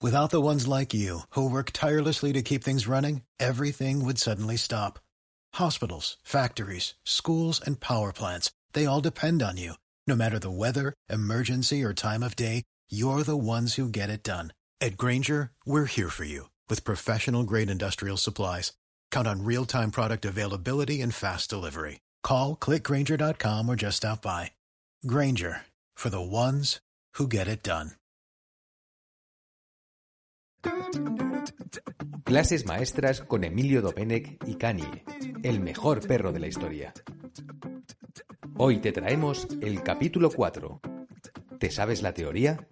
Without the ones like you, who work tirelessly to keep things running, everything would suddenly stop. Hospitals, factories, schools, and power plants, they all depend on you. No matter the weather, emergency, or time of day, you're the ones who get it done. At Grainger, we're here for you with professional-grade industrial supplies. Count on real-time product availability and fast delivery. Call, click Grainger.com, or just stop by. Grainger, for the ones who get it done. Clases maestras con Emilio Domenech y Kanye, el mejor perro de la historia. Hoy te traemos el capítulo 4. ¿Te sabes la teoría?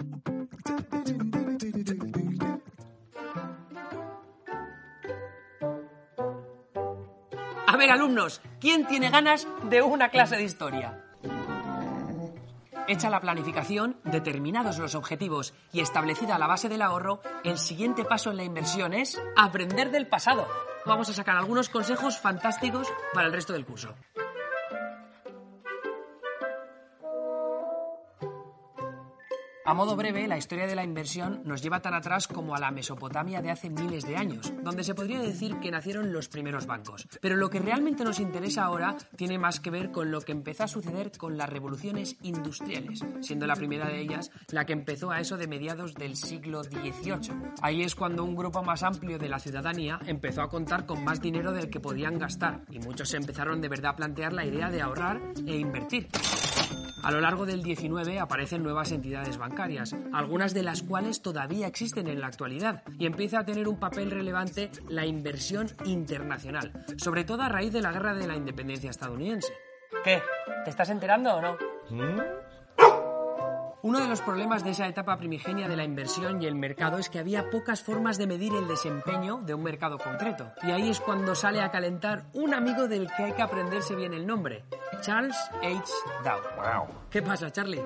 A ver, alumnos, ¿quién tiene ganas de una clase de historia? Hecha la planificación, determinados los objetivos y establecida la base del ahorro, el siguiente paso en la inversión es aprender del pasado. Vamos a sacar algunos consejos fantásticos para el resto del curso. A modo breve, la historia de la inversión nos lleva tan atrás como a la Mesopotamia de hace miles de años, donde se podría decir que nacieron los primeros bancos. Pero lo que realmente nos interesa ahora tiene más que ver con lo que empezó a suceder con las revoluciones industriales, siendo la primera de ellas la que empezó a eso de mediados del siglo XVIII. Ahí es cuando un grupo más amplio de la ciudadanía empezó a contar con más dinero del que podían gastar, y muchos se empezaron de verdad a plantear la idea de ahorrar e invertir. A lo largo del XIX aparecen nuevas entidades bancarias, algunas de las cuales todavía existen en la actualidad, y empieza a tener un papel relevante la inversión internacional, sobre todo a raíz de la Guerra de la Independencia estadounidense. ¿Qué? ¿Te estás enterando o no? Uno de los problemas de esa etapa primigenia de la inversión y el mercado es que había pocas formas de medir el desempeño de un mercado concreto. Y ahí es cuando sale a calentar un amigo del que hay que aprenderse bien el nombre, Charles H. Dow. Wow. ¿Qué pasa, Charlie?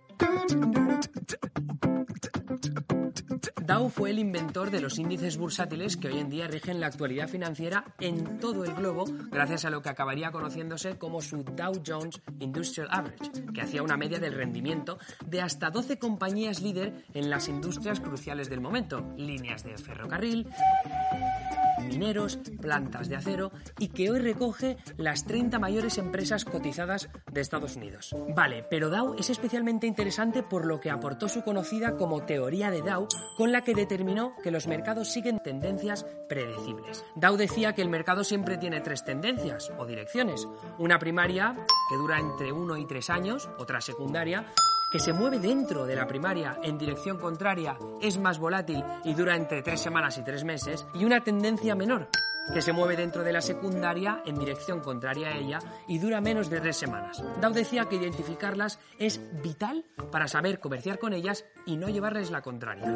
Dow fue el inventor de los índices bursátiles que hoy en día rigen la actualidad financiera en todo el globo, gracias a lo que acabaría conociéndose como su Dow Jones Industrial Average, que hacía una media del rendimiento de hasta 12 compañías líder en las industrias cruciales del momento: líneas de ferrocarril, mineros, plantas de acero, y que hoy recoge las 30 mayores empresas cotizadas de Estados Unidos. Vale, pero Dow es especialmente interesante por lo que aportó su conocida como teoría de Dow, con la que determinó que los mercados siguen tendencias predecibles. Dow decía que el mercado siempre tiene tres tendencias o direcciones: una primaria, que dura entre 1 y 3 años, otra secundaria, que se mueve dentro de la primaria en dirección contraria, es más volátil y dura entre 3 semanas y 3 meses, y una tendencia menor, que se mueve dentro de la secundaria en dirección contraria a ella y dura menos de 3 semanas. Dow decía que identificarlas es vital para saber comerciar con ellas y no llevarles la contraria.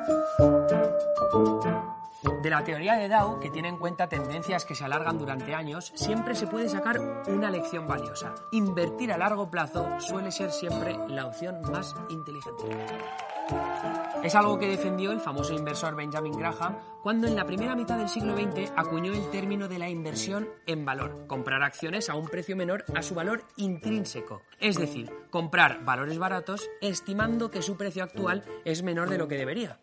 De la teoría de Dow, que tiene en cuenta tendencias que se alargan durante años, siempre se puede sacar una lección valiosa. Invertir a largo plazo suele ser siempre la opción más inteligente. Es algo que defendió el famoso inversor Benjamin Graham cuando en la primera mitad del siglo XX acuñó el término de la inversión en valor: comprar acciones a un precio menor a su valor intrínseco. Es decir, comprar valores baratos estimando que su precio actual es menor de lo que debería.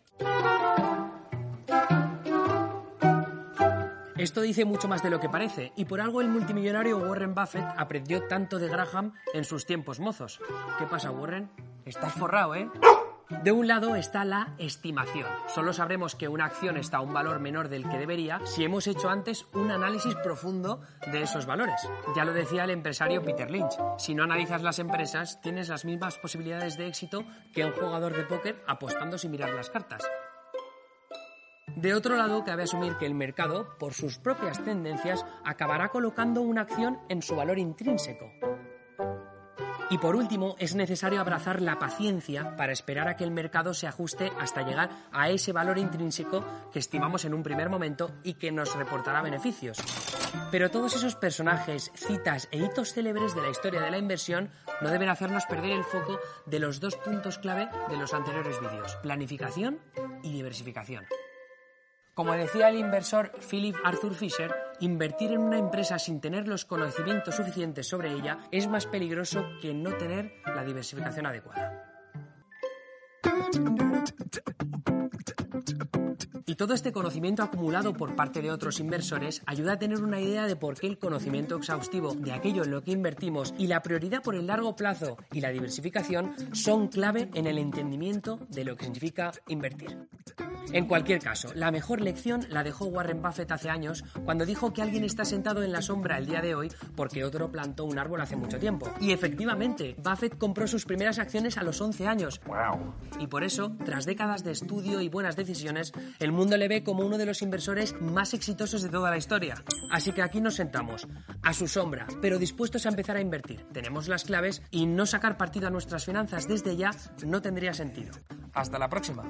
Esto dice mucho más de lo que parece, y por algo el multimillonario Warren Buffett aprendió tanto de Graham en sus tiempos mozos. ¿Qué pasa, Warren? Estás forrado, ¿eh? De un lado está la estimación. Solo sabremos que una acción está a un valor menor del que debería si hemos hecho antes un análisis profundo de esos valores. Ya lo decía el empresario Peter Lynch: si no analizas las empresas, tienes las mismas posibilidades de éxito que un jugador de póker apostando sin mirar las cartas. De otro lado, cabe asumir que el mercado, por sus propias tendencias, acabará colocando una acción en su valor intrínseco. Y por último, es necesario abrazar la paciencia para esperar a que el mercado se ajuste hasta llegar a ese valor intrínseco que estimamos en un primer momento y que nos reportará beneficios. Pero todos esos personajes, citas e hitos célebres de la historia de la inversión no deben hacernos perder el foco de los 2 puntos clave de los anteriores vídeos: planificación y diversificación. Como decía el inversor Philip Arthur Fisher, invertir en una empresa sin tener los conocimientos suficientes sobre ella es más peligroso que no tener la diversificación adecuada. Y todo este conocimiento acumulado por parte de otros inversores ayuda a tener una idea de por qué el conocimiento exhaustivo de aquello en lo que invertimos y la prioridad por el largo plazo y la diversificación son clave en el entendimiento de lo que significa invertir. En cualquier caso, la mejor lección la dejó Warren Buffett hace años cuando dijo que alguien está sentado en la sombra el día de hoy porque otro plantó un árbol hace mucho tiempo. Y efectivamente, Buffett compró sus primeras acciones a los 11 años. ¡Wow! Y por eso, tras décadas de estudio y buenas decisiones, el mundo le ve como uno de los inversores más exitosos de toda la historia. Así que aquí nos sentamos, a su sombra, pero dispuestos a empezar a invertir. Tenemos las claves y no sacar partido a nuestras finanzas desde ya no tendría sentido. Hasta la próxima.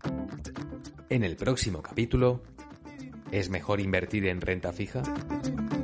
En el próximo capítulo, ¿es mejor invertir en renta fija?